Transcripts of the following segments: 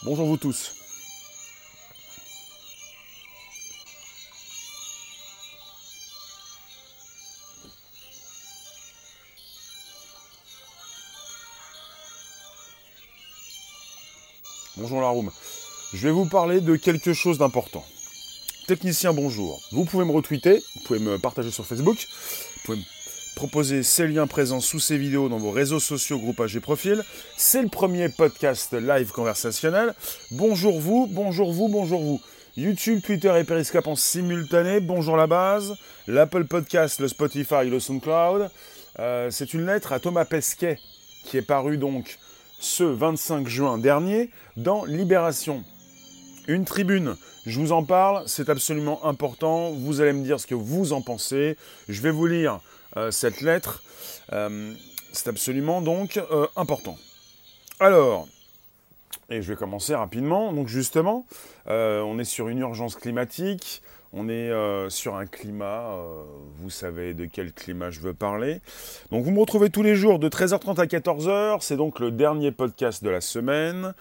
Bonjour vous tous. Bonjour la room. Je vais vous parler de quelque chose d'important. Technicien, bonjour. Vous pouvez me retweeter, vous pouvez me partager sur Facebook, vous pouvez me proposer ces liens présents sous ces vidéos dans vos réseaux sociaux, groupages et profils. C'est le premier podcast live conversationnel. Bonjour vous, bonjour vous, bonjour vous. YouTube, Twitter et Periscope en simultané. Bonjour la base. L'Apple Podcast, le Spotify, le SoundCloud. C'est une lettre à Thomas Pesquet qui est parue donc ce 25 juin dernier dans Libération. Une tribune, je vous en parle, c'est absolument important. Vous allez me dire ce que vous en pensez. Je vais vous lire cette lettre. C'est absolument donc important. Alors, et je vais commencer rapidement. Donc justement, on est sur une urgence climatique. On est sur un climat, vous savez de quel climat je veux parler. Donc vous me retrouvez tous les jours de 13h30 à 14h. C'est donc le dernier podcast de la semaine.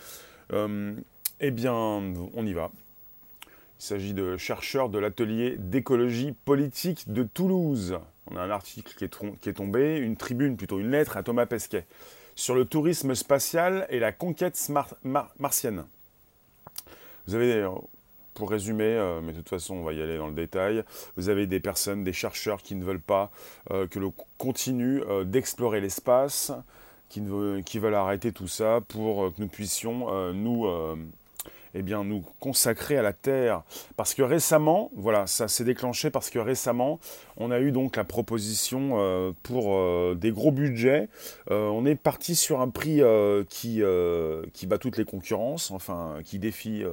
Eh bien, on y va. Il s'agit de chercheurs de l'atelier d'écologie politique de Toulouse. On a un article qui est tombé, une tribune, plutôt une lettre à Thomas Pesquet, sur le tourisme spatial et la conquête martienne. Vous avez, pour résumer, mais de toute façon on va y aller dans le détail, vous avez des personnes, des chercheurs qui ne veulent pas que l'on continue d'explorer l'espace, qui veulent arrêter tout ça pour que nous puissions nous consacrer à la Terre. Parce que récemment, voilà, ça s'est déclenché parce que récemment, on a eu donc la proposition pour des gros budgets. On est parti sur un prix qui bat toutes les concurrences, enfin, qui défie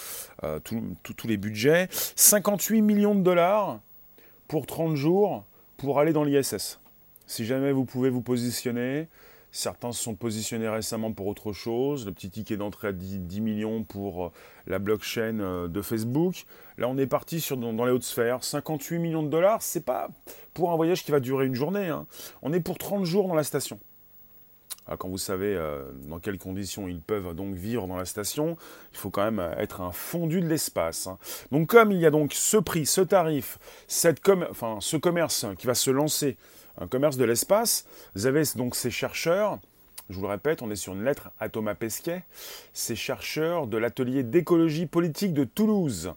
tous les budgets. 58 millions de dollars pour 30 jours pour aller dans l'ISS. Si jamais vous pouvez vous positionner. Certains se sont positionnés récemment pour autre chose. Le petit ticket d'entrée à 10 millions pour la blockchain de Facebook. Là, on est parti dans les hautes sphères. 58 millions de dollars, c'est pas pour un voyage qui va durer une journée. Hein. On est pour 30 jours dans la station. Alors, quand vous savez dans quelles conditions ils peuvent donc vivre dans la station, il faut quand même être un fondu de l'espace. Hein. Donc, comme il y a donc ce prix, ce tarif, ce commerce qui va se lancer, un commerce de l'espace, vous avez donc ces chercheurs, je vous le répète, on est sur une lettre à Thomas Pesquet, ces chercheurs de l'atelier d'écologie politique de Toulouse.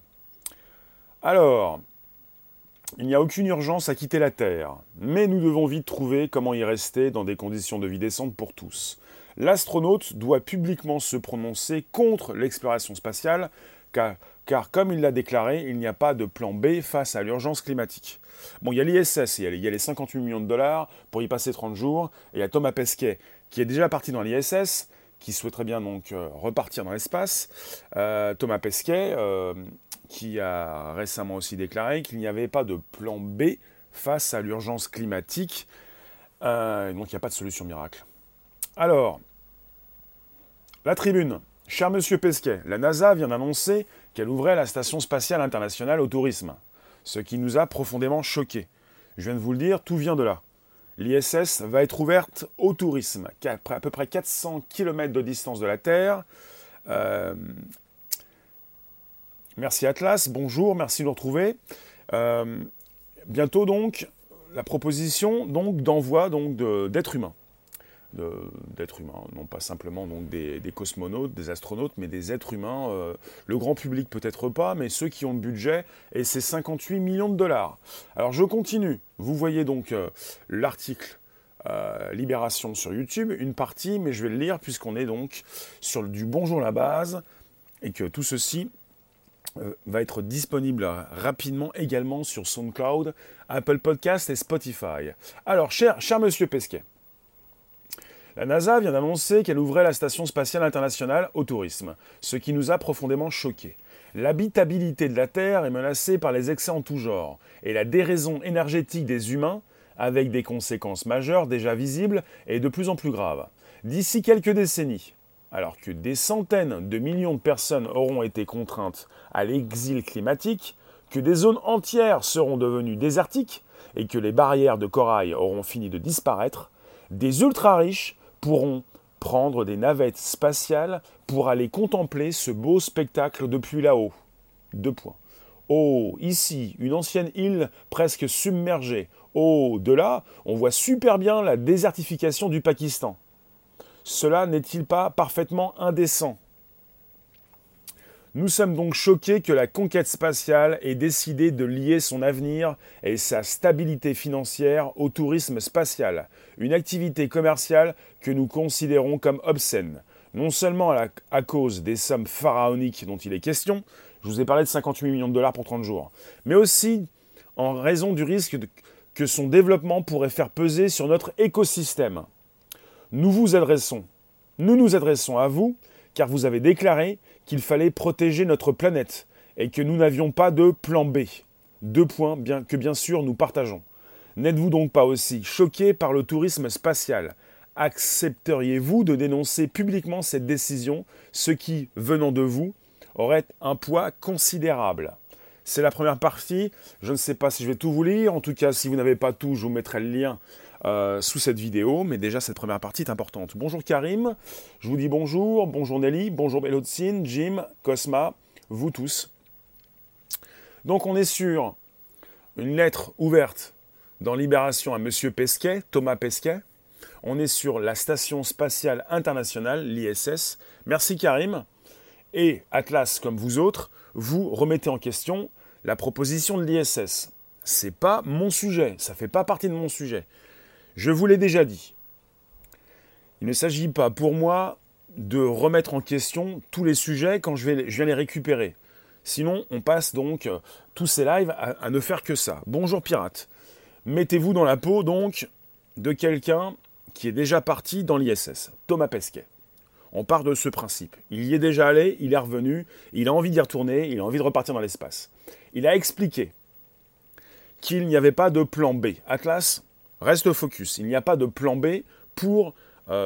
Alors, il n'y a aucune urgence à quitter la Terre, mais nous devons vite trouver comment y rester dans des conditions de vie décentes pour tous. L'astronaute doit publiquement se prononcer contre l'exploration spatiale, car comme il l'a déclaré, il n'y a pas de plan B face à l'urgence climatique. Bon, il y a l'ISS, il y a les 58 millions de dollars pour y passer 30 jours, et il y a Thomas Pesquet, qui est déjà parti dans l'ISS, qui souhaiterait bien donc repartir dans l'espace. Thomas Pesquet, qui a récemment aussi déclaré qu'il n'y avait pas de plan B face à l'urgence climatique, donc il n'y a pas de solution miracle. Alors, la tribune. Cher Monsieur Pesquet, la NASA vient d'annoncer qu'elle ouvrait la Station Spatiale Internationale au tourisme, ce qui nous a profondément choqués. Je viens de vous le dire, tout vient de là. L'ISS va être ouverte au tourisme, à peu près 400 km de distance de la Terre. Merci Atlas, bonjour, merci de nous retrouver. Bientôt donc, la proposition donc, d'envoi donc, d'êtres humains. D'êtres humains, non pas simplement donc des cosmonautes, des astronautes, mais des êtres humains. Le grand public peut-être pas, mais ceux qui ont le budget, et c'est 58 millions de dollars. Alors je continue. Vous voyez donc l'article Libération sur YouTube, une partie, mais je vais le lire puisqu'on est donc sur du Bonjour la base, et que tout ceci va être disponible rapidement également sur SoundCloud, Apple Podcast et Spotify. Alors, cher Monsieur Pesquet, la NASA vient d'annoncer qu'elle ouvrait la Station Spatiale Internationale au tourisme, ce qui nous a profondément choqués. L'habitabilité de la Terre est menacée par les excès en tout genre, et la déraison énergétique des humains, avec des conséquences majeures déjà visibles et de plus en plus graves. D'ici quelques décennies, alors que des centaines de millions de personnes auront été contraintes à l'exil climatique, que des zones entières seront devenues désertiques, et que les barrières de corail auront fini de disparaître, des ultra-riches pourront prendre des navettes spatiales pour aller contempler ce beau spectacle depuis là-haut. 2 points. Oh, ici, une ancienne île presque submergée. Oh, de là, on voit super bien la désertification du Pakistan. Cela n'est-il pas parfaitement indécent? Nous sommes donc choqués que la conquête spatiale ait décidé de lier son avenir et sa stabilité financière au tourisme spatial, une activité commerciale que nous considérons comme obscène, non seulement à cause des sommes pharaoniques dont il est question, je vous ai parlé de 58 millions de dollars pour 30 jours, mais aussi en raison du risque que son développement pourrait faire peser sur notre écosystème. Nous nous adressons à vous, car vous avez déclaré qu'il fallait protéger notre planète et que nous n'avions pas de plan B. 2 points que bien sûr nous partageons. N'êtes-vous donc pas aussi choqué par le tourisme spatial? Accepteriez-vous de dénoncer publiquement cette décision, ce qui, venant de vous, aurait un poids considérable? C'est la première partie. Je ne sais pas si je vais tout vous lire. En tout cas, si vous n'avez pas tout, je vous mettrai le lien sous cette vidéo. Mais déjà, cette première partie est importante. Bonjour Karim. Je vous dis bonjour. Bonjour Nelly. Bonjour Melodzine, Jim, Cosma, vous tous. Donc, on est sur une lettre ouverte dans Libération à Monsieur Pesquet, Thomas Pesquet. On est sur la Station Spatiale Internationale, l'ISS. Merci Karim. Et Atlas, comme vous autres, vous remettez en question la proposition de l'ISS. C'est pas mon sujet, ça fait pas partie de mon sujet. Je vous l'ai déjà dit. Il ne s'agit pas pour moi de remettre en question tous les sujets quand je viens les récupérer. Sinon, on passe donc tous ces lives à ne faire que ça. Bonjour pirate. Mettez-vous dans la peau donc de quelqu'un qui est déjà parti dans l'ISS, Thomas Pesquet. On part de ce principe. Il y est déjà allé, il est revenu, il a envie d'y retourner, il a envie de repartir dans l'espace. Il a expliqué qu'il n'y avait pas de plan B. Atlas, reste focus. Il n'y a pas de plan B pour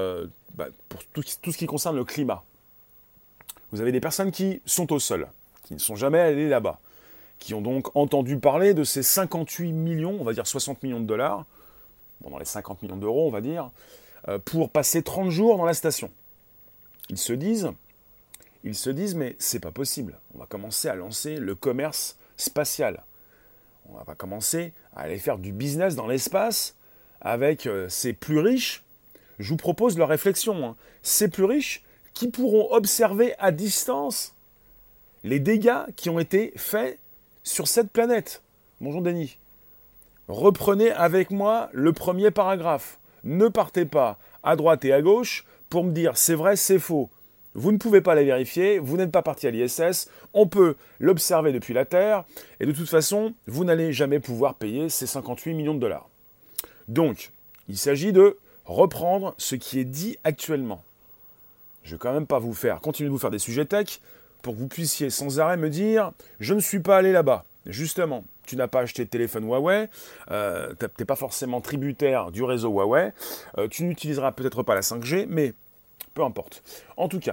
tout ce qui concerne le climat. Vous avez des personnes qui sont au sol, qui ne sont jamais allées là-bas, qui ont donc entendu parler de ces 58 millions, on va dire 60 millions de dollars, bon, dans les 50 millions d'euros, on va dire, pour passer 30 jours dans la station. Ils se disent, mais c'est pas possible. On va commencer à lancer le commerce spatial. On va commencer à aller faire du business dans l'espace avec ces plus riches. Je vous propose leur réflexion. Ces plus riches qui pourront observer à distance les dégâts qui ont été faits sur cette planète. Bonjour Denis. Reprenez avec moi le premier paragraphe. Ne partez pas à droite et à gauche pour me dire c'est vrai, c'est faux. Vous ne pouvez pas la vérifier, vous n'êtes pas parti à l'ISS, on peut l'observer depuis la Terre, et de toute façon, vous n'allez jamais pouvoir payer ces 58 millions de dollars. Donc, il s'agit de reprendre ce qui est dit actuellement. Je ne vais quand même pas continuer de vous faire des sujets tech, pour que vous puissiez sans arrêt me dire « je ne suis pas allé là-bas ». Justement, tu n'as pas acheté de téléphone Huawei, tu n'es pas forcément tributaire du réseau Huawei, tu n'utiliseras peut-être pas la 5G, mais peu importe. En tout cas,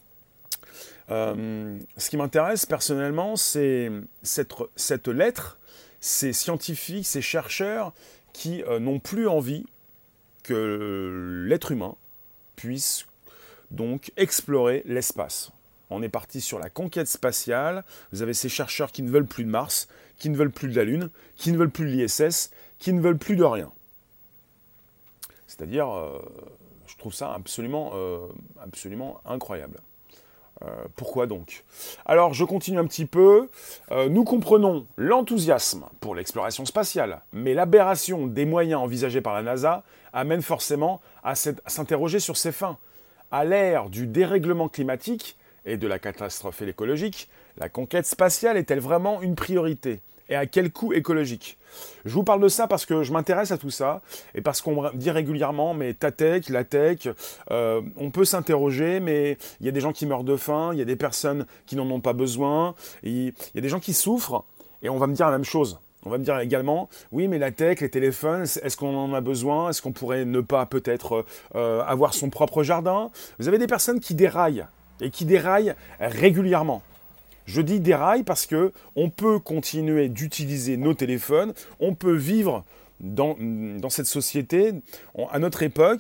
ce qui m'intéresse personnellement, c'est cette lettre, ces scientifiques, ces chercheurs qui n'ont plus envie que l'être humain puisse donc explorer l'espace. On est parti sur la conquête spatiale. Vous avez ces chercheurs qui ne veulent plus de Mars, qui ne veulent plus de la Lune, qui ne veulent plus de l'ISS, qui ne veulent plus de rien. C'est-à-dire, je trouve ça absolument incroyable. Pourquoi donc? Alors, je continue un petit peu. Nous comprenons l'enthousiasme pour l'exploration spatiale, mais l'aberration des moyens envisagés par la NASA amène forcément à s'interroger sur ses fins. À l'ère du dérèglement climatique et de la catastrophe écologique, la conquête spatiale est-elle vraiment une priorité? Et à quel coût écologique? Je vous parle de ça parce que je m'intéresse à tout ça et parce qu'on me dit régulièrement mais ta tech, la tech, on peut s'interroger mais il y a des gens qui meurent de faim, il y a des personnes qui n'en ont pas besoin, il y a des gens qui souffrent et on va me dire la même chose. On va me dire également, oui mais la tech, les téléphones, est-ce qu'on en a besoin? Est-ce qu'on pourrait ne pas peut-être avoir son propre jardin? Vous avez des personnes qui déraillent et qui déraillent régulièrement. Je dis déraille parce que on peut continuer d'utiliser nos téléphones, on peut vivre dans cette société à notre époque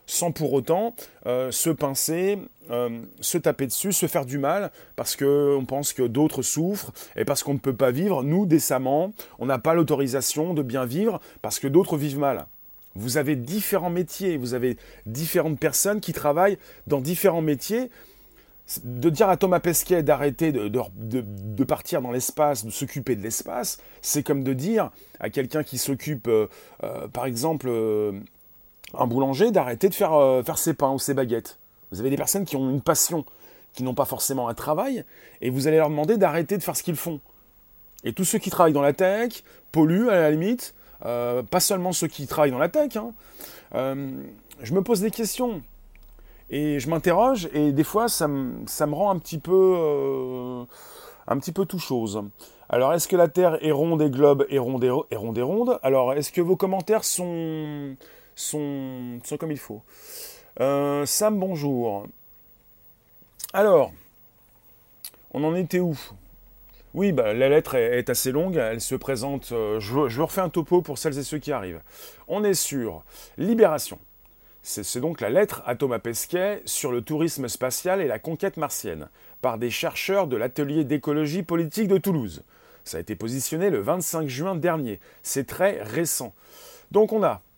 sans pour autant se pincer, se taper dessus, se faire du mal, parce qu'on pense que d'autres souffrent, et parce qu'on ne peut pas vivre, nous, décemment, on n'a pas l'autorisation de bien vivre, parce que d'autres vivent mal. Vous avez différents métiers, vous avez différentes personnes qui travaillent dans différents métiers. De dire à Thomas Pesquet d'arrêter de partir dans l'espace, de s'occuper de l'espace, c'est comme de dire à quelqu'un qui s'occupe, par exemple, un boulanger, d'arrêter de faire ses pains ou ses baguettes. Vous avez des personnes qui ont une passion, qui n'ont pas forcément un travail, et vous allez leur demander d'arrêter de faire ce qu'ils font. Et tous ceux qui travaillent dans la tech polluent à la limite, pas seulement ceux qui travaillent dans la tech. Hein. Je me pose des questions. Et je m'interroge, et des fois, ça me rend un petit peu tout chose. Alors, est-ce que la Terre est ronde et globe est ronde et ronde? Alors, est-ce que vos commentaires sont comme il faut? Sam, bonjour. Alors, on en était où? Oui, bah, la lettre est assez longue, elle se présente... je refais un topo pour celles et ceux qui arrivent. On est sur Libération. C'est donc la lettre à Thomas Pesquet sur le tourisme spatial et la conquête martienne, par des chercheurs de l'atelier d'écologie politique de Toulouse. Ça a été positionné le 25 juin dernier. C'est très récent. Donc on a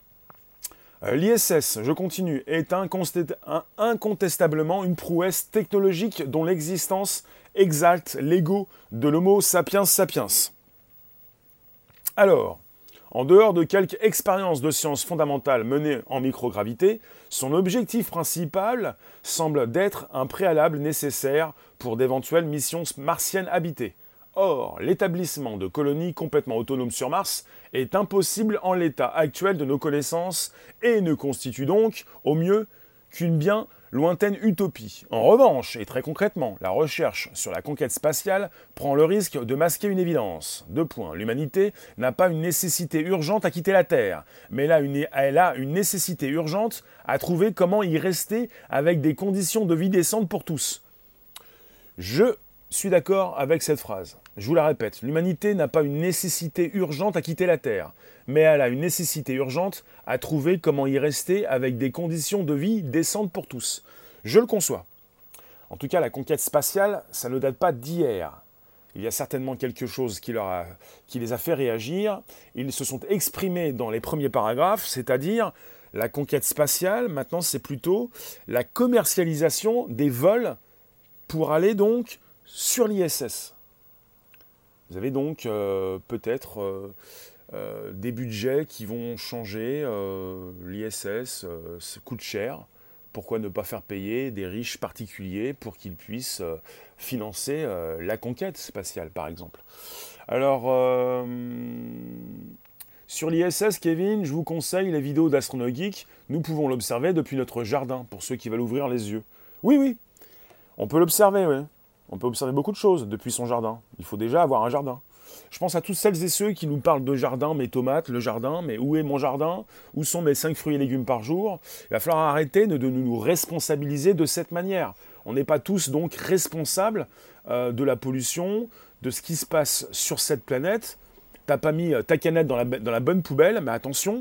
l'ISS, je continue, est incontestablement une prouesse technologique dont l'existence exalte l'ego de l'Homo sapiens sapiens. Alors, en dehors de quelques expériences de sciences fondamentales menées en microgravité, son objectif principal semble d'être un préalable nécessaire pour d'éventuelles missions martiennes habitées. Or, l'établissement de colonies complètement autonomes sur Mars est impossible en l'état actuel de nos connaissances et ne constitue donc, au mieux, qu'une bien lointaine utopie. En revanche, et très concrètement, la recherche sur la conquête spatiale prend le risque de masquer une évidence. 2 points. L'humanité n'a pas une nécessité urgente à quitter la Terre, mais elle a une nécessité urgente à trouver comment y rester avec des conditions de vie décentes pour tous. Je suis d'accord avec cette phrase. Je vous la répète, l'humanité n'a pas une nécessité urgente à quitter la Terre, mais elle a une nécessité urgente à trouver comment y rester avec des conditions de vie décentes pour tous. Je le conçois. En tout cas, la conquête spatiale, ça ne date pas d'hier. Il y a certainement quelque chose qui les a fait réagir. Ils se sont exprimés dans les premiers paragraphes, c'est-à-dire la conquête spatiale, maintenant c'est plutôt la commercialisation des vols pour aller donc sur l'ISS. Vous avez donc peut-être des budgets qui vont changer. L'ISS, ça coûte cher. Pourquoi ne pas faire payer des riches particuliers pour qu'ils puissent financer la conquête spatiale, par exemple? Alors, sur l'ISS, Kevin, je vous conseille les vidéos d'Astrono Geek. Nous pouvons l'observer depuis notre jardin, pour ceux qui veulent ouvrir les yeux. Oui, oui, on peut l'observer, oui. On peut observer beaucoup de choses depuis son jardin. Il faut déjà avoir un jardin. Je pense à toutes celles et ceux qui nous parlent de jardin, mes tomates, le jardin, mais où est mon jardin? Où sont mes 5 fruits et légumes par jour? Il va falloir arrêter de nous responsabiliser de cette manière. On n'est pas tous donc responsables de la pollution, de ce qui se passe sur cette planète. T'as pas mis ta canette dans la bonne poubelle, mais attention.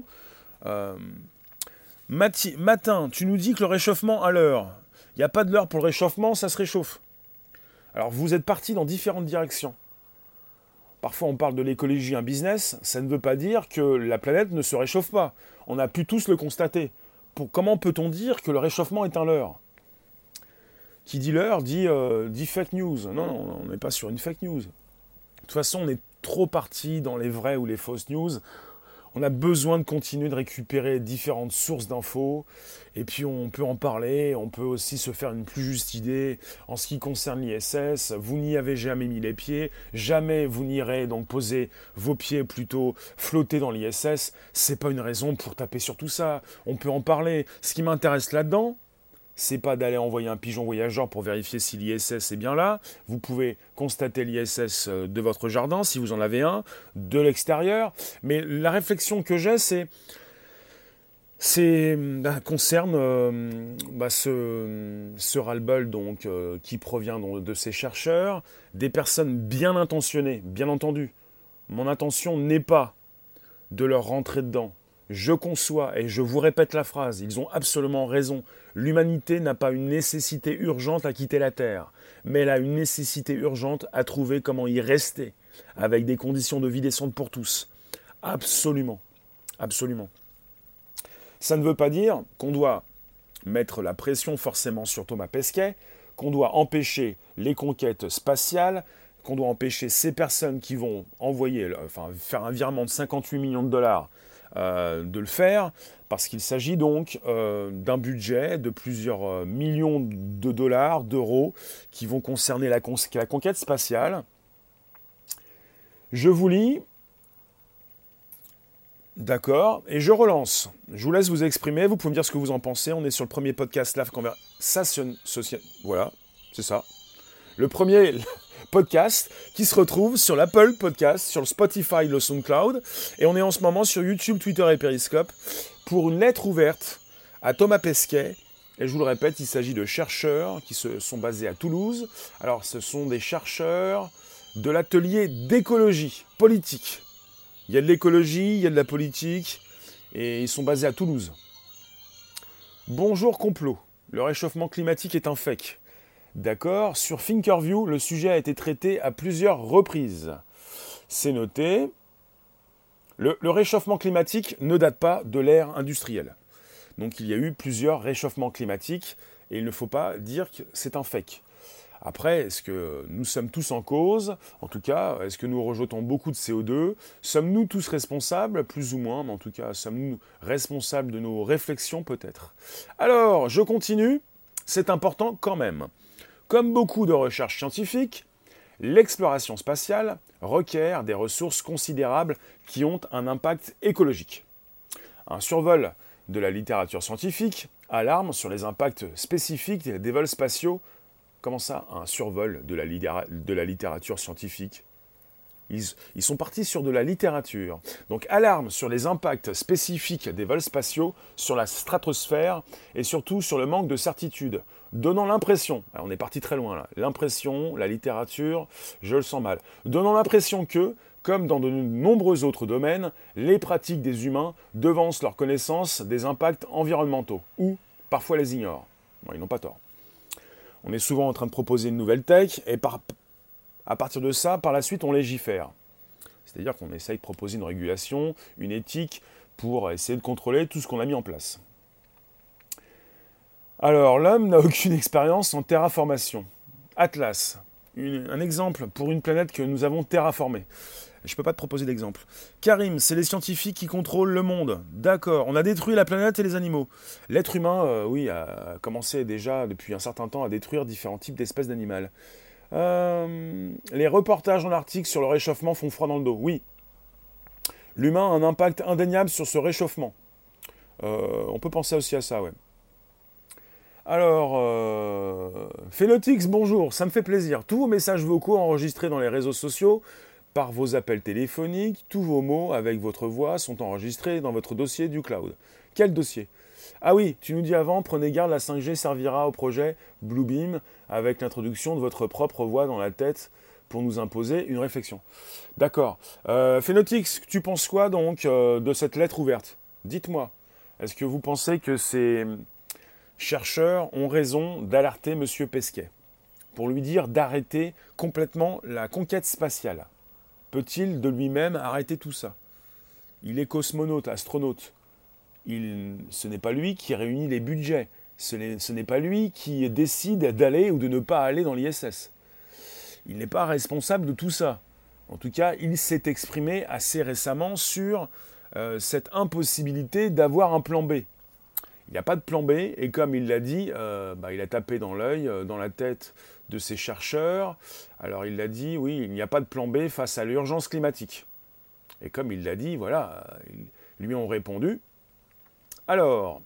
Matin, tu nous dis que le réchauffement à l'heure. Il n'y a pas de l'heure pour le réchauffement, ça se réchauffe. Alors vous êtes partis dans différentes directions. Parfois on parle de l'écologie un business, ça ne veut pas dire que la planète ne se réchauffe pas. On a pu tous le constater. Comment peut-on dire que le réchauffement est un leurre? Qui dit leurre dit fake news. Non, non, on n'est pas sur une fake news. De toute façon, on est trop parti dans les vraies ou les fausses news. On a besoin de continuer de récupérer différentes sources d'infos, et puis on peut en parler, on peut aussi se faire une plus juste idée en ce qui concerne l'ISS. Vous n'y avez jamais mis les pieds, jamais vous n'irez donc poser vos pieds, plutôt flotter dans l'ISS. C'est pas une raison pour taper sur tout ça, on peut en parler. Ce qui m'intéresse là-dedans, c'est pas d'aller envoyer un pigeon voyageur pour vérifier si l'ISS est bien là. Vous pouvez constater l'ISS de votre jardin, si vous en avez un, de l'extérieur. Mais la réflexion que j'ai, concerne ce ras-le-bol donc, qui provient donc, de ces chercheurs, des personnes bien intentionnées, bien entendu. Mon intention n'est pas de leur rentrer dedans. je conçois, et je vous répète la phrase, ils ont absolument raison, l'humanité n'a pas une nécessité urgente à quitter la Terre, mais elle a une nécessité urgente à trouver comment y rester, avec des conditions de vie décentes pour tous. Absolument. Absolument. Ça ne veut pas dire qu'on doit mettre la pression forcément sur Thomas Pesquet, qu'on doit empêcher les conquêtes spatiales, qu'on doit empêcher ces personnes qui vont faire un virement de 58 millions de dollars de le faire, parce qu'il s'agit donc d'un budget de plusieurs millions de dollars, d'euros, qui vont concerner la conquête spatiale. Je vous lis. D'accord, et je relance. Je vous laisse vous exprimer, vous pouvez me dire ce que vous en pensez. On est sur le premier podcast Live Conversation Social. Voilà, c'est ça. Le premier podcast qui se retrouve sur l'Apple Podcast, sur le Spotify, le SoundCloud. Et on est en ce moment sur YouTube, Twitter et Periscope pour une lettre ouverte à Thomas Pesquet. Et je vous le répète, il s'agit de chercheurs qui se sont basés à Toulouse. Alors, ce sont des chercheurs de l'atelier d'écologie politique. Il y a de l'écologie, il y a de la politique, et ils sont basés à Toulouse. Bonjour complot, le réchauffement climatique est un fake. D'accord, sur Thinkerview, le sujet a été traité à plusieurs reprises. C'est noté. Le réchauffement climatique ne date pas de l'ère industrielle. Donc il y a eu plusieurs réchauffements climatiques, et il ne faut pas dire que c'est un fake. Après, est-ce que nous sommes tous en cause? En tout cas, est-ce que nous rejetons beaucoup de CO2? Sommes-nous tous responsables? Plus ou moins, mais en tout cas, sommes-nous responsables de nos réflexions? Peut-être. Alors, je continue. C'est important quand même. Comme beaucoup de recherches scientifiques, l'exploration spatiale requiert des ressources considérables qui ont un impact écologique. Un survol de la littérature scientifique alarme sur les impacts spécifiques des vols spatiaux. Comment ça, un survol de la littérature scientifique? Ils sont partis sur de la littérature. Donc, alarme sur les impacts spécifiques des vols spatiaux sur la stratosphère et surtout sur le manque de certitude, donnant l'impression, on est parti très loin là, l'impression, la littérature, je le sens mal, donnant l'impression que, comme dans de nombreux autres domaines, les pratiques des humains devancent leur connaissance des impacts environnementaux, ou parfois les ignorent. Bon, ils n'ont pas tort. On est souvent en train de proposer une nouvelle tech, et à partir de ça, par la suite, on légifère. C'est-à-dire qu'on essaye de proposer une régulation, une éthique, pour essayer de contrôler tout ce qu'on a mis en place. Alors, l'homme n'a aucune expérience en terraformation. Atlas, un exemple pour une planète que nous avons terraformée. Je ne peux pas te proposer d'exemple. Karim, c'est les scientifiques qui contrôlent le monde. D'accord, on a détruit la planète et les animaux. L'être humain, oui, a commencé déjà depuis un certain temps à détruire différents types d'espèces d'animaux. Les reportages en Arctique sur le réchauffement font froid dans le dos. Oui. L'humain a un impact indéniable sur ce réchauffement. On peut penser aussi à ça, ouais. Alors, Phénotix, bonjour, ça me fait plaisir. Tous vos messages vocaux enregistrés dans les réseaux sociaux, par vos appels téléphoniques, tous vos mots avec votre voix sont enregistrés dans votre dossier du cloud. Quel dossier? Ah oui, tu nous dis avant, prenez garde, la 5G servira au projet Bluebeam avec l'introduction de votre propre voix dans la tête pour nous imposer une réflexion. D'accord. Phénotix, tu penses quoi donc de cette lettre ouverte? Dites-moi. Est-ce que vous pensez que ces chercheurs ont raison d'alerter M. Pesquet pour lui dire d'arrêter complètement la conquête spatiale? Peut-il de lui-même arrêter tout ça? Il est cosmonaute, astronaute. Ce n'est pas lui qui réunit les budgets. Ce n'est pas lui qui décide d'aller ou de ne pas aller dans l'ISS. Il n'est pas responsable de tout ça. En tout cas, il s'est exprimé assez récemment sur cette impossibilité d'avoir un plan B. Il n'y a pas de plan B, et comme il l'a dit, il a tapé dans l'œil, dans la tête de ses chercheurs. Alors il l'a dit, oui, il n'y a pas de plan B face à l'urgence climatique. Et comme il l'a dit, voilà, ils lui ont répondu. Alors,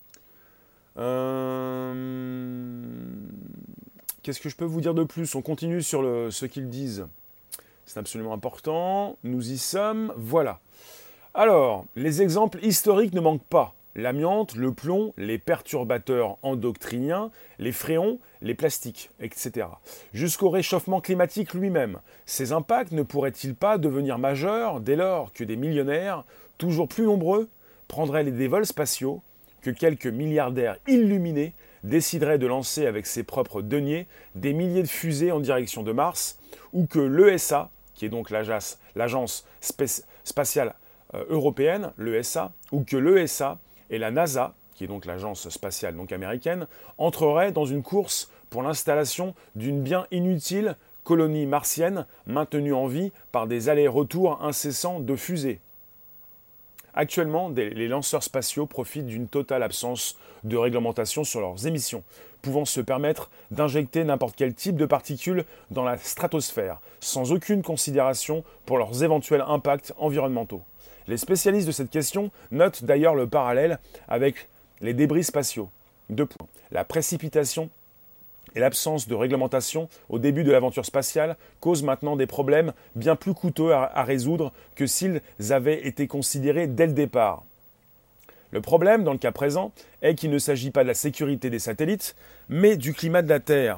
qu'est-ce que je peux vous dire de plus? On continue sur ce qu'ils disent. C'est absolument important. Nous y sommes. Voilà. Alors, les exemples historiques ne manquent pas. L'amiante, le plomb, les perturbateurs endocriniens, les fréons, les plastiques, etc. Jusqu'au réchauffement climatique lui-même. Ces impacts ne pourraient-ils pas devenir majeurs dès lors que des millionnaires, toujours plus nombreux, prendrait des vols spatiaux que quelques milliardaires illuminés décideraient de lancer avec ses propres deniers des milliers de fusées en direction de Mars, ou que l'ESA, qui est donc l'agence spatiale européenne, l'ESA, ou que l'ESA et la NASA, qui est donc l'agence spatiale donc américaine, entreraient dans une course pour l'installation d'une bien inutile colonie martienne maintenue en vie par des allers-retours incessants de fusées. Actuellement, les lanceurs spatiaux profitent d'une totale absence de réglementation sur leurs émissions, pouvant se permettre d'injecter n'importe quel type de particules dans la stratosphère, sans aucune considération pour leurs éventuels impacts environnementaux. Les spécialistes de cette question notent d'ailleurs le parallèle avec les débris spatiaux. 2 points. La précipitation et l'absence de réglementation au début de l'aventure spatiale causent maintenant des problèmes bien plus coûteux à résoudre que s'ils avaient été considérés dès le départ. Le problème, dans le cas présent, est qu'il ne s'agit pas de la sécurité des satellites, mais du climat de la Terre.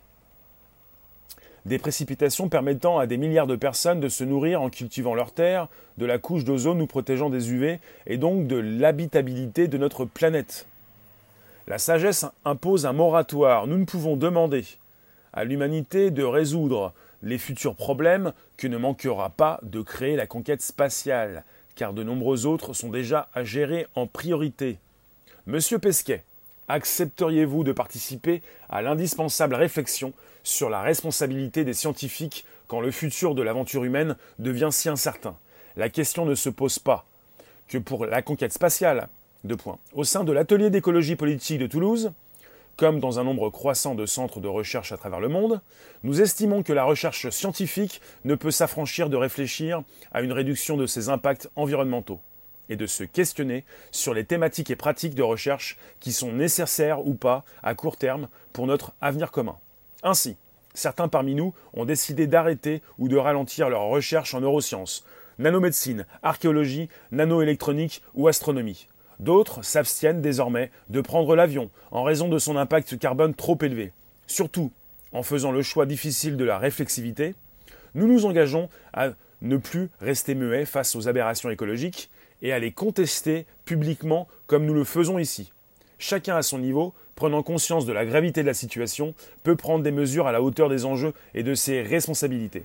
Des précipitations permettant à des milliards de personnes de se nourrir en cultivant leur terre, de la couche d'ozone nous protégeant des UV, et donc de l'habitabilité de notre planète. La sagesse impose un moratoire. Nous ne pouvons demander à l'humanité de résoudre les futurs problèmes que ne manquera pas de créer la conquête spatiale, car de nombreux autres sont déjà à gérer en priorité. Monsieur Pesquet, accepteriez-vous de participer à l'indispensable réflexion sur la responsabilité des scientifiques quand le futur de l'aventure humaine devient si incertain? La question ne se pose pas que pour la conquête spatiale. 2 points. Au sein de l'atelier d'écologie politique de Toulouse, comme dans un nombre croissant de centres de recherche à travers le monde, nous estimons que la recherche scientifique ne peut s'affranchir de réfléchir à une réduction de ses impacts environnementaux et de se questionner sur les thématiques et pratiques de recherche qui sont nécessaires ou pas à court terme pour notre avenir commun. Ainsi, certains parmi nous ont décidé d'arrêter ou de ralentir leurs recherches en neurosciences, nanomédecine, archéologie, nanoélectronique ou astronomie. D'autres s'abstiennent désormais de prendre l'avion en raison de son impact carbone trop élevé. Surtout, en faisant le choix difficile de la réflexivité, nous nous engageons à ne plus rester muets face aux aberrations écologiques et à les contester publiquement comme nous le faisons ici. Chacun à son niveau, prenant conscience de la gravité de la situation, peut prendre des mesures à la hauteur des enjeux et de ses responsabilités.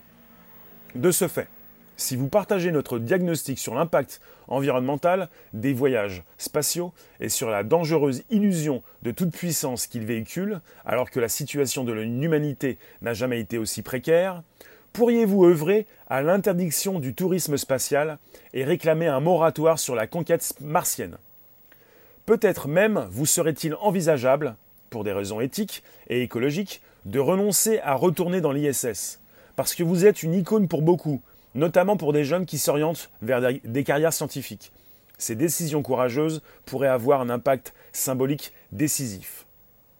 De ce fait, si vous partagez notre diagnostic sur l'impact environnemental des voyages spatiaux et sur la dangereuse illusion de toute puissance qu'ils véhiculent, alors que la situation de l'humanité n'a jamais été aussi précaire, pourriez-vous œuvrer à l'interdiction du tourisme spatial et réclamer un moratoire sur la conquête martienne? Peut-être même vous serait-il envisageable, pour des raisons éthiques et écologiques, de renoncer à retourner dans l'ISS, parce que vous êtes une icône pour beaucoup, notamment pour des jeunes qui s'orientent vers des carrières scientifiques. Ces décisions courageuses pourraient avoir un impact symbolique décisif.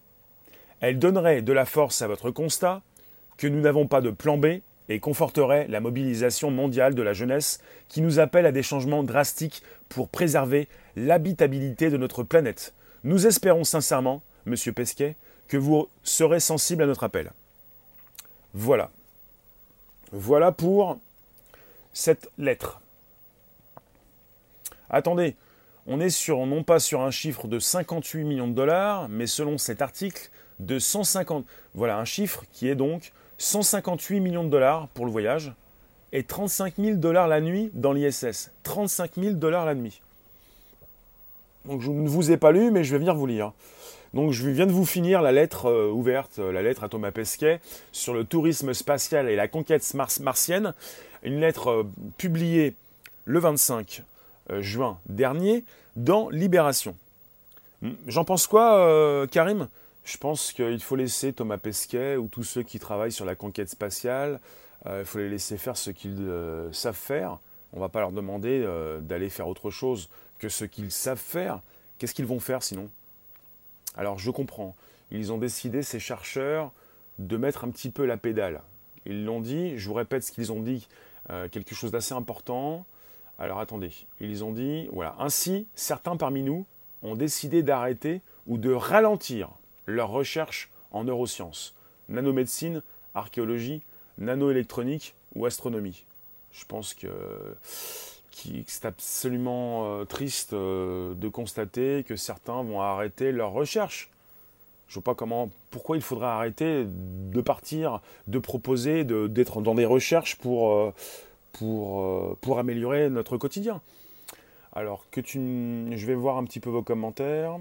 Elles donneraient de la force à votre constat que nous n'avons pas de plan B et conforteraient la mobilisation mondiale de la jeunesse qui nous appelle à des changements drastiques pour préserver l'habitabilité de notre planète. Nous espérons sincèrement, Monsieur Pesquet, que vous serez sensible à notre appel. Voilà. Voilà pour cette lettre. Attendez, on est non pas sur un chiffre de 58 millions de dollars, mais selon cet article, de 150. Voilà un chiffre qui est donc 158 millions de dollars pour le voyage et 35 000 dollars la nuit dans l'ISS. 35 000 dollars la nuit. Donc je ne vous ai pas lu, mais je vais venir vous lire. Donc je viens de vous finir la lettre ouverte, la lettre à Thomas Pesquet sur le tourisme spatial et la conquête martienne. Une lettre publiée le 25 juin dernier dans Libération. J'en pense quoi, Karim? Je pense qu'il faut laisser Thomas Pesquet ou tous ceux qui travaillent sur la conquête spatiale, il faut les laisser faire ce qu'ils savent faire. On ne va pas leur demander d'aller faire autre chose que ce qu'ils savent faire. Qu'est-ce qu'ils vont faire sinon? Alors je comprends. Ils ont décidé, ces chercheurs, de mettre un petit peu la pédale. Ils l'ont dit, je vous répète ce qu'ils ont dit, quelque chose d'assez important. Alors attendez, ils ont dit, voilà, ainsi, certains parmi nous ont décidé d'arrêter ou de ralentir leurs recherches en neurosciences, nanomédecine, archéologie, nanoélectronique ou astronomie. Je pense c'est absolument triste de constater que certains vont arrêter leurs recherches. Je ne vois pas pourquoi il faudrait arrêter de partir, de proposer, d'être dans des recherches pour améliorer notre quotidien. Alors, je vais voir un petit peu vos commentaires.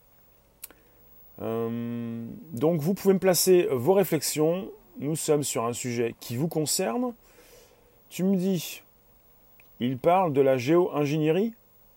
Donc, vous pouvez me placer vos réflexions. Nous sommes sur un sujet qui vous concerne. Tu me dis, il parle de la géo-ingénierie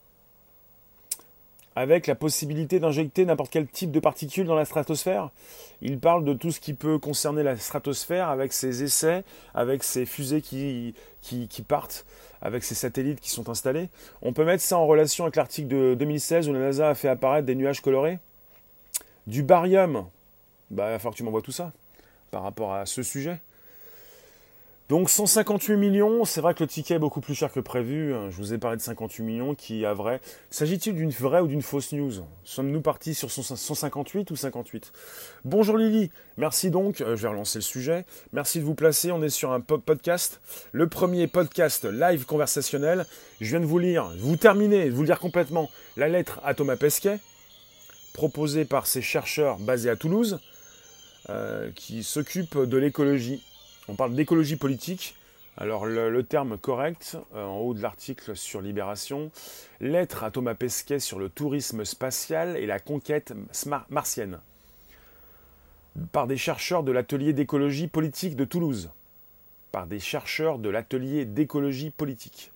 avec la possibilité d'injecter n'importe quel type de particules dans la stratosphère. Il parle de tout ce qui peut concerner la stratosphère avec ses essais, avec ses fusées qui partent, avec ses satellites qui sont installés. On peut mettre ça en relation avec l'article de 2016 où la NASA a fait apparaître des nuages colorés. Du barium. Il va falloir que tu m'envoies tout ça par rapport à ce sujet. Donc 158 millions, c'est vrai que le ticket est beaucoup plus cher que prévu. Je vous ai parlé de 58 millions qui a vrai. S'agit-il d'une vraie ou d'une fausse news? Sommes-nous partis sur 158 ou 58? Bonjour Lily, merci donc, je vais relancer le sujet. Merci de vous placer, on est sur un podcast. Le premier podcast live conversationnel. Je viens de vous lire, de vous lire complètement la lettre à Thomas Pesquet, proposée par ces chercheurs basés à Toulouse, qui s'occupent de l'écologie. On parle d'écologie politique. Alors le terme correct, en haut de l'article sur Libération, lettre à Thomas Pesquet sur le tourisme spatial et la conquête martienne. Par des chercheurs de l'atelier d'écologie politique de Toulouse. Par des chercheurs de l'atelier d'écologie politique.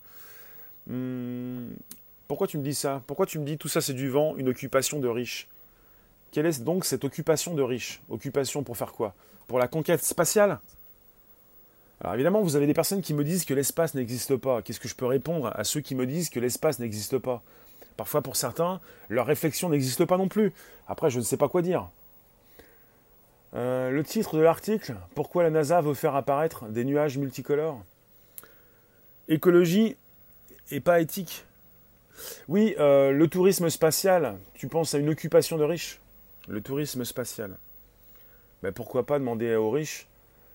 Pourquoi tu me dis ça? Pourquoi tu me dis tout ça c'est du vent, une occupation de riches? Quelle est donc cette occupation de riches? Occupation pour faire quoi? Pour la conquête spatiale? Alors évidemment, vous avez des personnes qui me disent que l'espace n'existe pas. Qu'est-ce que je peux répondre à ceux qui me disent que l'espace n'existe pas? Parfois, pour certains, leur réflexion n'existe pas non plus. Après, je ne sais pas quoi dire. Le titre de l'article, pourquoi la NASA veut faire apparaître des nuages multicolores? Écologie et pas éthique. Oui, le tourisme spatial, tu penses à une occupation de riches? Le tourisme spatial. Ben, pourquoi pas demander aux riches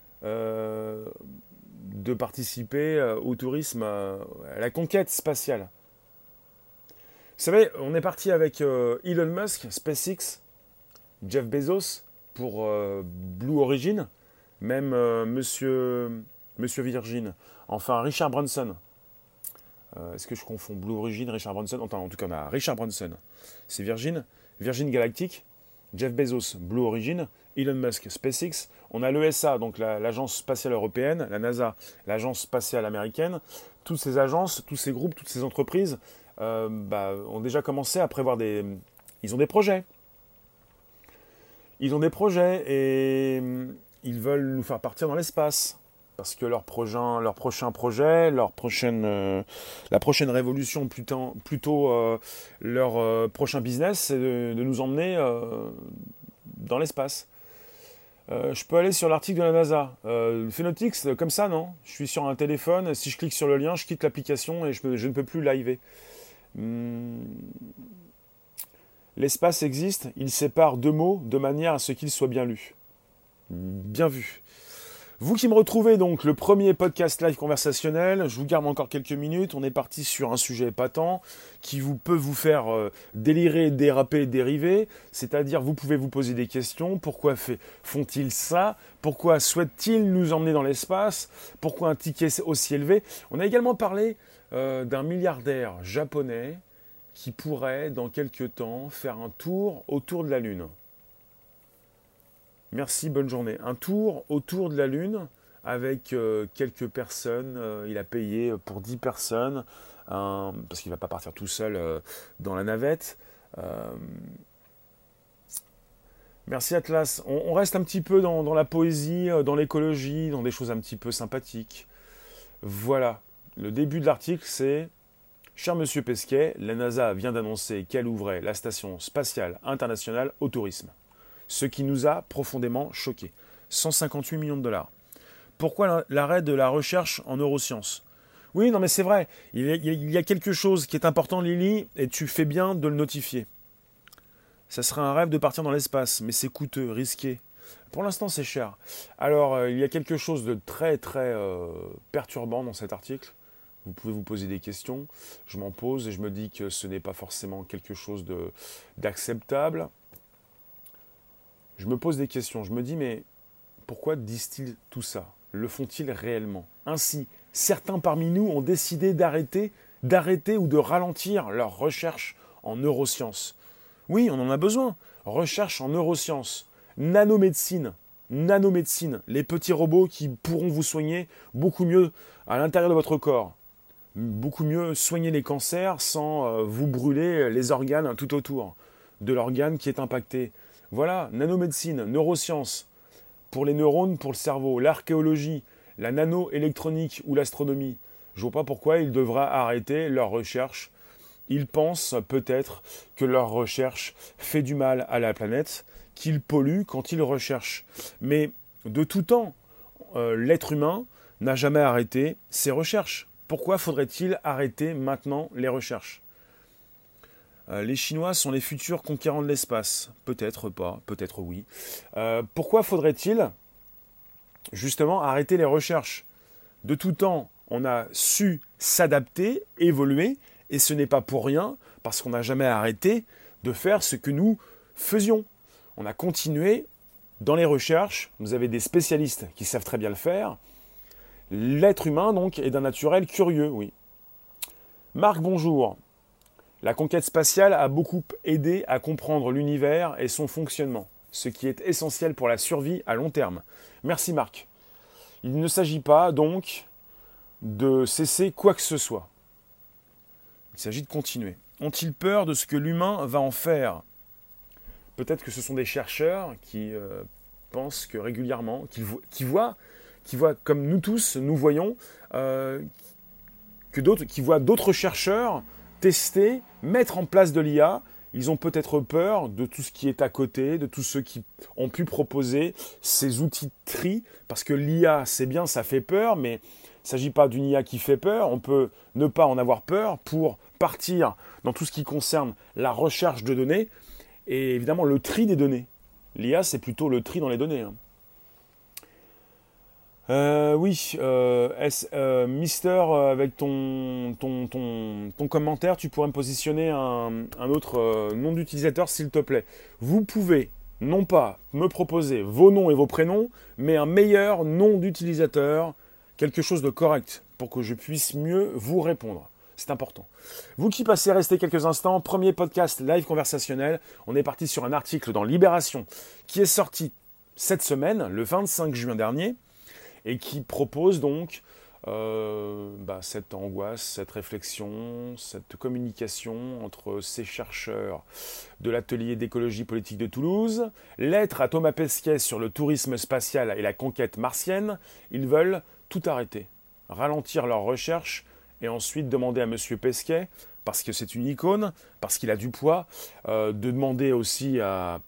de participer au tourisme, à la conquête spatiale. Vous savez, on est parti avec Elon Musk, SpaceX, Jeff Bezos pour Blue Origin, même Monsieur Virgin, enfin Richard Branson. Est-ce que je confonds Blue Origin, Richard Branson? Enfin, en tout cas, on a Richard Branson, c'est Virgin Galactic, Jeff Bezos, Blue Origin, Elon Musk, SpaceX. On a l'ESA, donc l'agence spatiale européenne, la NASA, l'agence spatiale américaine. Toutes ces agences, tous ces groupes, toutes ces entreprises ont déjà commencé à prévoir Ils ont des projets. Ils ont des projets et ils veulent nous faire partir dans l'espace. Parce que la prochaine révolution, plutôt leur prochain business, c'est de nous emmener dans l'espace. Je peux aller sur l'article de la NASA. Phenotix, comme ça, non? Je suis sur un téléphone, si je clique sur le lien, je quitte l'application et je ne peux plus liver. L'espace existe, il sépare deux mots de manière à ce qu'il soit bien lu. Bien vu. Vous qui me retrouvez donc le premier podcast live conversationnel, je vous garde encore quelques minutes, on est parti sur un sujet épatant qui peut vous faire délirer, déraper, dériver, c'est-à-dire vous pouvez vous poser des questions, pourquoi font-ils ça? Pourquoi souhaitent-ils nous emmener dans l'espace? Pourquoi un ticket aussi élevé? On a également parlé d'un milliardaire japonais qui pourrait dans quelques temps faire un tour autour de la Lune. Merci, bonne journée. Un tour autour de la Lune avec quelques personnes. Il a payé pour 10 personnes parce qu'il ne va pas partir tout seul dans la navette. Merci Atlas. On reste un petit peu dans la poésie, dans l'écologie, dans des choses un petit peu sympathiques. Voilà. Le début de l'article, c'est « Cher Monsieur Pesquet, la NASA vient d'annoncer qu'elle ouvrait la Station spatiale internationale au tourisme. » Ce qui nous a profondément choqués. 158 millions de dollars. Pourquoi l'arrêt de la recherche en neurosciences? Oui, non mais c'est vrai, il y a quelque chose qui est important Lily, et tu fais bien de le notifier. Ça serait un rêve de partir dans l'espace, mais c'est coûteux, risqué. Pour l'instant c'est cher. Alors il y a quelque chose de très très perturbant dans cet article. Vous pouvez vous poser des questions. Je m'en pose et je me dis que ce n'est pas forcément quelque chose d'acceptable. Je me pose des questions. Je me dis, mais pourquoi disent-ils tout ça? Le font-ils réellement? Ainsi, certains parmi nous ont décidé d'arrêter ou de ralentir leurs recherches en neurosciences. Oui, on en a besoin. Recherche en neurosciences, nanomédecine, les petits robots qui pourront vous soigner beaucoup mieux à l'intérieur de votre corps. Beaucoup mieux soigner les cancers sans vous brûler les organes tout autour de l'organe qui est impacté. Voilà, nanomédecine, neurosciences, pour les neurones, pour le cerveau, l'archéologie, la nanoélectronique ou l'astronomie. Je ne vois pas pourquoi ils devraient arrêter leurs recherches. Ils pensent peut-être que leur recherche fait du mal à la planète, qu'ils polluent quand ils recherchent. Mais de tout temps, l'être humain n'a jamais arrêté ses recherches. Pourquoi faudrait-il arrêter maintenant les recherches? Les Chinois sont les futurs conquérants de l'espace. Peut-être pas, peut-être oui. Pourquoi faudrait-il justement arrêter les recherches? De tout temps, on a su s'adapter, évoluer, et ce n'est pas pour rien, parce qu'on n'a jamais arrêté de faire ce que nous faisions. On a continué dans les recherches, vous avez des spécialistes qui savent très bien le faire. L'être humain, donc, est d'un naturel curieux, oui. Marc, bonjour. La conquête spatiale a beaucoup aidé à comprendre l'univers et son fonctionnement, ce qui est essentiel pour la survie à long terme. Merci Marc. Il ne s'agit pas, donc, de cesser quoi que ce soit. Il s'agit de continuer. Ont-ils peur de ce que l'humain va en faire? Peut-être que ce sont des chercheurs qui pensent que régulièrement, qui voient comme nous tous, nous voyons, qui voient d'autres chercheurs tester, mettre en place de l'IA. Ils ont peut-être peur de tout ce qui est à côté, de tous ceux qui ont pu proposer ces outils de tri, parce que l'IA, c'est bien, ça fait peur, mais il ne s'agit pas d'une IA qui fait peur. On peut ne pas en avoir peur pour partir dans tout ce qui concerne la recherche de données et évidemment le tri des données. L'IA, c'est plutôt le tri dans les données. Mister, avec ton commentaire, tu pourrais me positionner un autre nom d'utilisateur, s'il te plaît. Vous pouvez non pas me proposer vos noms et vos prénoms, mais un meilleur nom d'utilisateur, quelque chose de correct, pour que je puisse mieux vous répondre. C'est important. Vous qui passez rester quelques instants, premier podcast live conversationnel. On est parti sur un article dans Libération qui est sorti cette semaine, le 25 juin dernier, et qui propose donc cette angoisse, cette réflexion, cette communication entre ces chercheurs de l'atelier d'écologie politique de Toulouse, lettre à Thomas Pesquet sur le tourisme spatial et la conquête martienne. Ils veulent tout arrêter, ralentir leurs recherches et ensuite demander à M. Pesquet, parce que c'est une icône, parce qu'il a du poids, de demander aussi à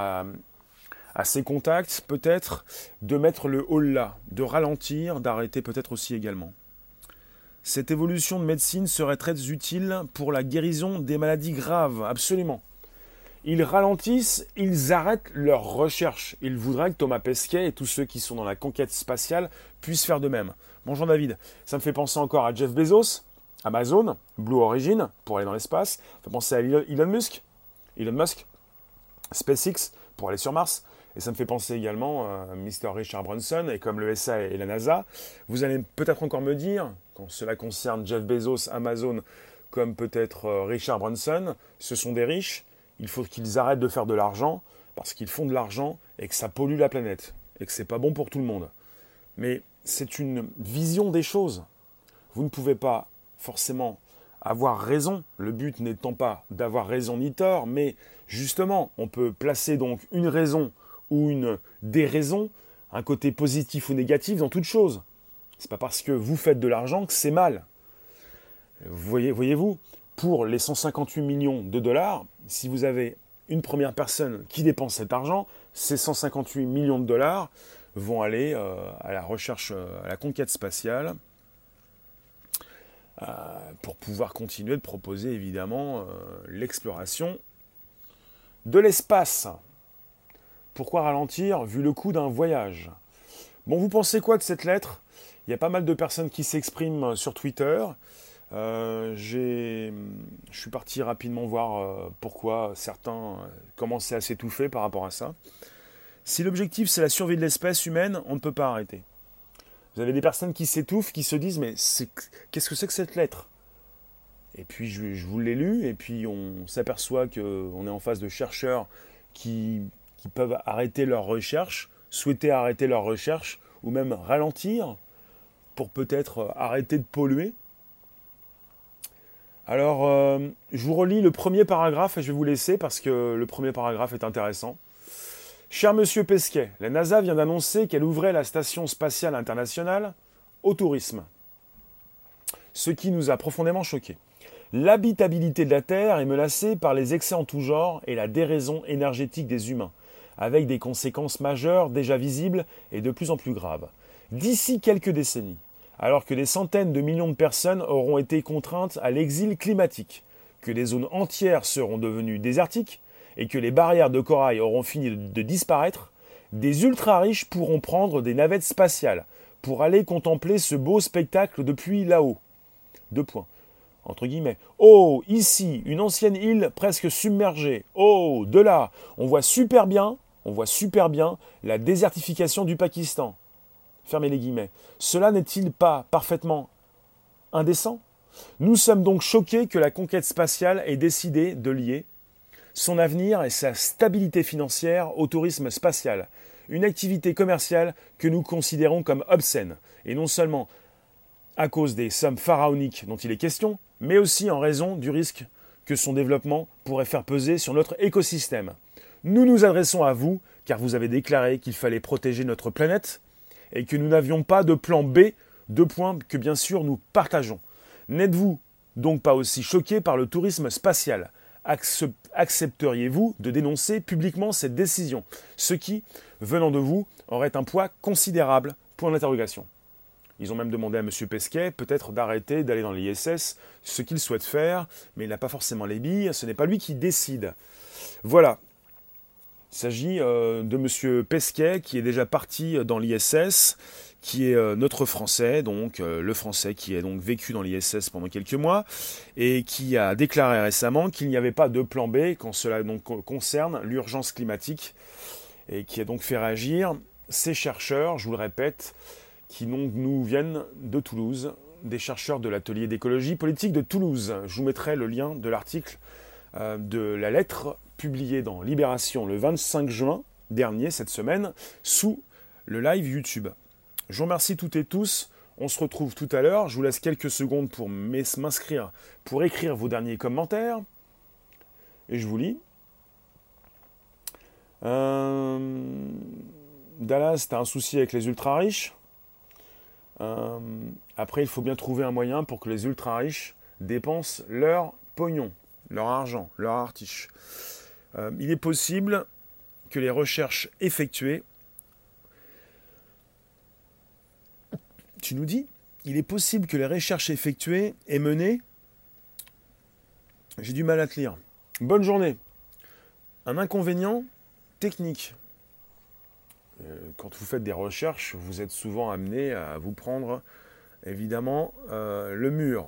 ses contacts, peut-être, de mettre le holà, de ralentir, d'arrêter peut-être aussi également. Cette évolution de médecine serait très utile pour la guérison des maladies graves, absolument. Ils ralentissent, ils arrêtent leurs recherches. Ils voudraient que Thomas Pesquet et tous ceux qui sont dans la conquête spatiale puissent faire de même. Bonjour David, ça me fait penser encore à Jeff Bezos, Amazon, Blue Origin, pour aller dans l'espace. Ça me fait penser à Elon Musk, SpaceX, pour aller sur Mars. Et ça me fait penser également à Mr. Richard Branson, et comme le SA et la NASA. Vous allez peut-être encore me dire, quand cela concerne Jeff Bezos, Amazon, comme peut-être Richard Branson, ce sont des riches, il faut qu'ils arrêtent de faire de l'argent, parce qu'ils font de l'argent et que ça pollue la planète, et que c'est pas bon pour tout le monde. Mais c'est une vision des choses. Vous ne pouvez pas forcément avoir raison, le but n'étant pas d'avoir raison ni tort, mais justement, on peut placer donc une raison ou une déraison, un côté positif ou négatif dans toute chose. C'est pas parce que vous faites de l'argent que c'est mal. Voyez-vous, pour les 158 millions de dollars, si vous avez une première personne qui dépense cet argent, ces 158 millions de dollars vont aller à la recherche, à la conquête spatiale, pour pouvoir continuer de proposer évidemment l'exploration de l'espace. Pourquoi ralentir vu le coût d'un voyage? Bon, vous pensez quoi de cette lettre? Il y a pas mal de personnes qui s'expriment sur Twitter. Je suis parti rapidement voir pourquoi certains commençaient à s'étouffer par rapport à ça. Si l'objectif c'est la survie de l'espèce humaine, on ne peut pas arrêter. Vous avez des personnes qui s'étouffent, qui se disent mais qu'est-ce que c'est que cette lettre? Et puis je vous l'ai lu, et puis on s'aperçoit qu'on est en face de chercheurs qui peuvent arrêter leurs recherches, souhaiter arrêter leurs recherches, ou même ralentir pour peut-être arrêter de polluer. Alors, je vous relis le premier paragraphe et je vais vous laisser parce que le premier paragraphe est intéressant. Cher Monsieur Pesquet, la NASA vient d'annoncer qu'elle ouvrait la Station spatiale internationale au tourisme. Ce qui nous a profondément choqués. L'habitabilité de la Terre est menacée par les excès en tout genre et la déraison énergétique des humains, avec des conséquences majeures déjà visibles et de plus en plus graves. D'ici quelques décennies, alors que des centaines de millions de personnes auront été contraintes à l'exil climatique, que des zones entières seront devenues désertiques et que les barrières de corail auront fini de disparaître, des ultra-riches pourront prendre des navettes spatiales pour aller contempler ce beau spectacle depuis là-haut. Deux points. Entre guillemets. Oh, ici, une ancienne île presque submergée. Oh, de là, on voit super bien la désertification du Pakistan. Fermez les guillemets. Cela n'est-il pas parfaitement indécent? Nous sommes donc choqués que la conquête spatiale ait décidé de lier son avenir et sa stabilité financière au tourisme spatial, une activité commerciale que nous considérons comme obscène, et non seulement à cause des sommes pharaoniques dont il est question, mais aussi en raison du risque que son développement pourrait faire peser sur notre écosystème. Nous nous adressons à vous, car vous avez déclaré qu'il fallait protéger notre planète, et que nous n'avions pas de plan B, deux points que bien sûr nous partageons. N'êtes-vous donc pas aussi choqué par le tourisme spatial? Accepteriez-vous de dénoncer publiquement cette décision, ce qui, venant de vous, aurait un poids considérable? Point d'interrogation. Ils ont même demandé à M. Pesquet peut-être d'arrêter d'aller dans l'ISS, ce qu'il souhaite faire, mais il n'a pas forcément les billes, ce n'est pas lui qui décide. Voilà. Il s'agit de M. Pesquet qui est déjà parti dans l'ISS, qui est notre Français, donc le Français qui a donc vécu dans l'ISS pendant quelques mois, et qui a déclaré récemment qu'il n'y avait pas de plan B quand cela donc concerne l'urgence climatique, et qui a donc fait réagir ces chercheurs, je vous le répète, qui nous viennent de Toulouse, des chercheurs de l'atelier d'écologie politique de Toulouse. Je vous mettrai le lien de l'article de la lettre publiée dans Libération le 25 juin dernier, cette semaine, sous le live YouTube. Je vous remercie toutes et tous. On se retrouve tout à l'heure. Je vous laisse quelques secondes pour m'inscrire, pour écrire vos derniers commentaires. Et je vous lis. Dallas, t'as un souci avec les ultra-riches. Après, il faut bien trouver un moyen pour que les ultra-riches dépensent leur pognon, leur argent, leur artiche. Il est possible que les recherches effectuées... Tu nous dis, il est possible que les recherches effectuées aient mené... J'ai du mal à te lire. Bonne journée. Un inconvénient technique. Quand vous faites des recherches, vous êtes souvent amené à vous prendre, évidemment, le mur.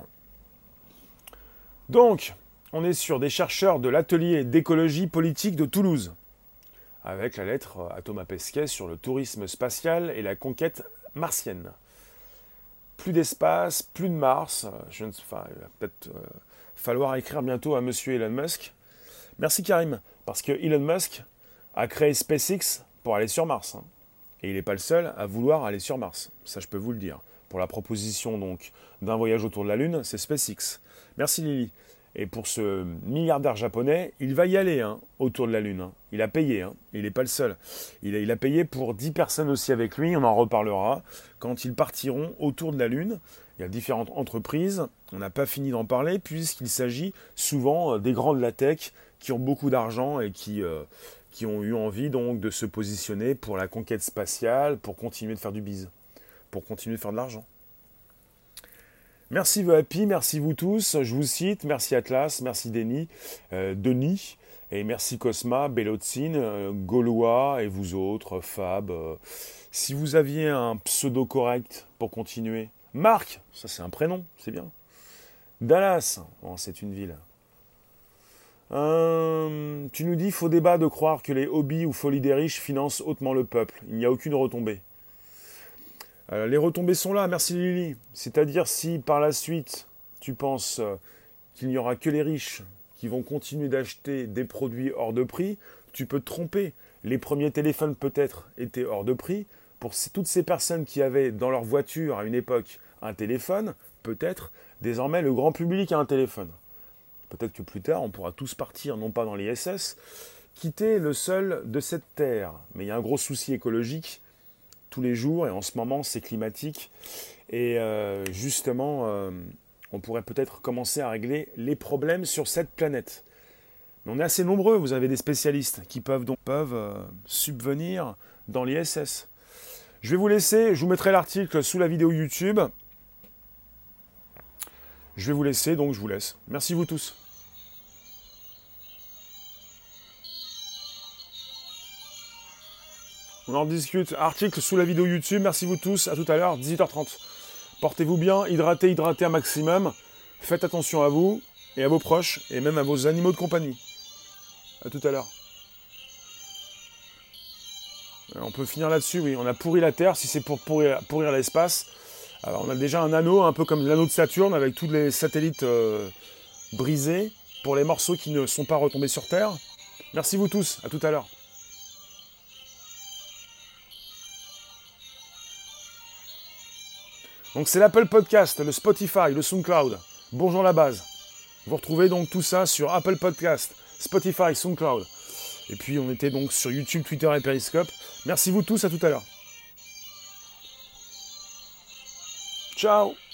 Donc, on est sur des chercheurs de l'atelier d'écologie politique de Toulouse, avec la lettre à Thomas Pesquet sur le tourisme spatial et la conquête martienne. Plus d'espace, plus de Mars. Il va peut-être falloir écrire bientôt à monsieur Elon Musk. Merci Karim, parce que Elon Musk a créé SpaceX pour aller sur Mars. Hein. Et il n'est pas le seul à vouloir aller sur Mars. Ça, je peux vous le dire. Pour la proposition donc d'un voyage autour de la Lune, c'est SpaceX. Merci Lily. Et pour ce milliardaire japonais, il va y aller autour de la Lune. Hein. Il a payé. Hein. Il n'est pas le seul. Il a payé pour 10 personnes aussi avec lui. On en reparlera quand ils partiront autour de la Lune. Il y a différentes entreprises. On n'a pas fini d'en parler puisqu'il s'agit souvent des grands de la tech qui ont beaucoup d'argent et qui ont eu envie donc de se positionner pour la conquête spatiale, pour continuer de faire du bise, pour continuer de faire de l'argent. Merci The Happy, merci vous tous, je vous cite, merci Atlas, merci Denis, et merci Cosma, Bellotzine, Gaulois et vous autres, Fab, Si vous aviez un pseudo correct pour continuer. Marc, ça c'est un prénom, c'est bien. Dallas, oh, c'est une ville. Tu nous dis, faux débat de croire que les hobbies ou folies des riches financent hautement le peuple. Il n'y a aucune retombée. Les retombées sont là, merci Lily. C'est-à-dire si par la suite, tu penses qu'il n'y aura que les riches qui vont continuer d'acheter des produits hors de prix, tu peux te tromper. Les premiers téléphones peut-être étaient hors de prix. Pour toutes ces personnes qui avaient dans leur voiture à une époque un téléphone, peut-être désormais le grand public a un téléphone. Peut-être que plus tard on pourra tous partir, non pas dans les SS, quitter le sol de cette terre. Mais il y a un gros souci écologique tous les jours et en ce moment c'est climatique. Et justement, on pourrait peut-être commencer à régler les problèmes sur cette planète. Mais on est assez nombreux, vous avez des spécialistes qui peuvent subvenir dans les SS. Je vais vous laisser, je vous mettrai l'article sous la vidéo YouTube. Je vais vous laisser, donc je vous laisse. Merci vous tous. On en discute. Article sous la vidéo YouTube. Merci vous tous. À tout à l'heure, 18h30. Portez-vous bien, hydratez un maximum. Faites attention à vous et à vos proches et même à vos animaux de compagnie. À tout à l'heure. On peut finir là-dessus, oui. On a pourri la Terre, si c'est pour pourrir l'espace. Alors on a déjà un anneau, un peu comme l'anneau de Saturne, avec tous les satellites brisés pour les morceaux qui ne sont pas retombés sur Terre. Merci vous tous, à tout à l'heure. Donc c'est l'Apple Podcast, le Spotify, le SoundCloud. Bonjour la base. Vous retrouvez donc tout ça sur Apple Podcast, Spotify, SoundCloud. Et puis on était donc sur YouTube, Twitter et Periscope. Merci vous tous, à tout à l'heure. Ciao.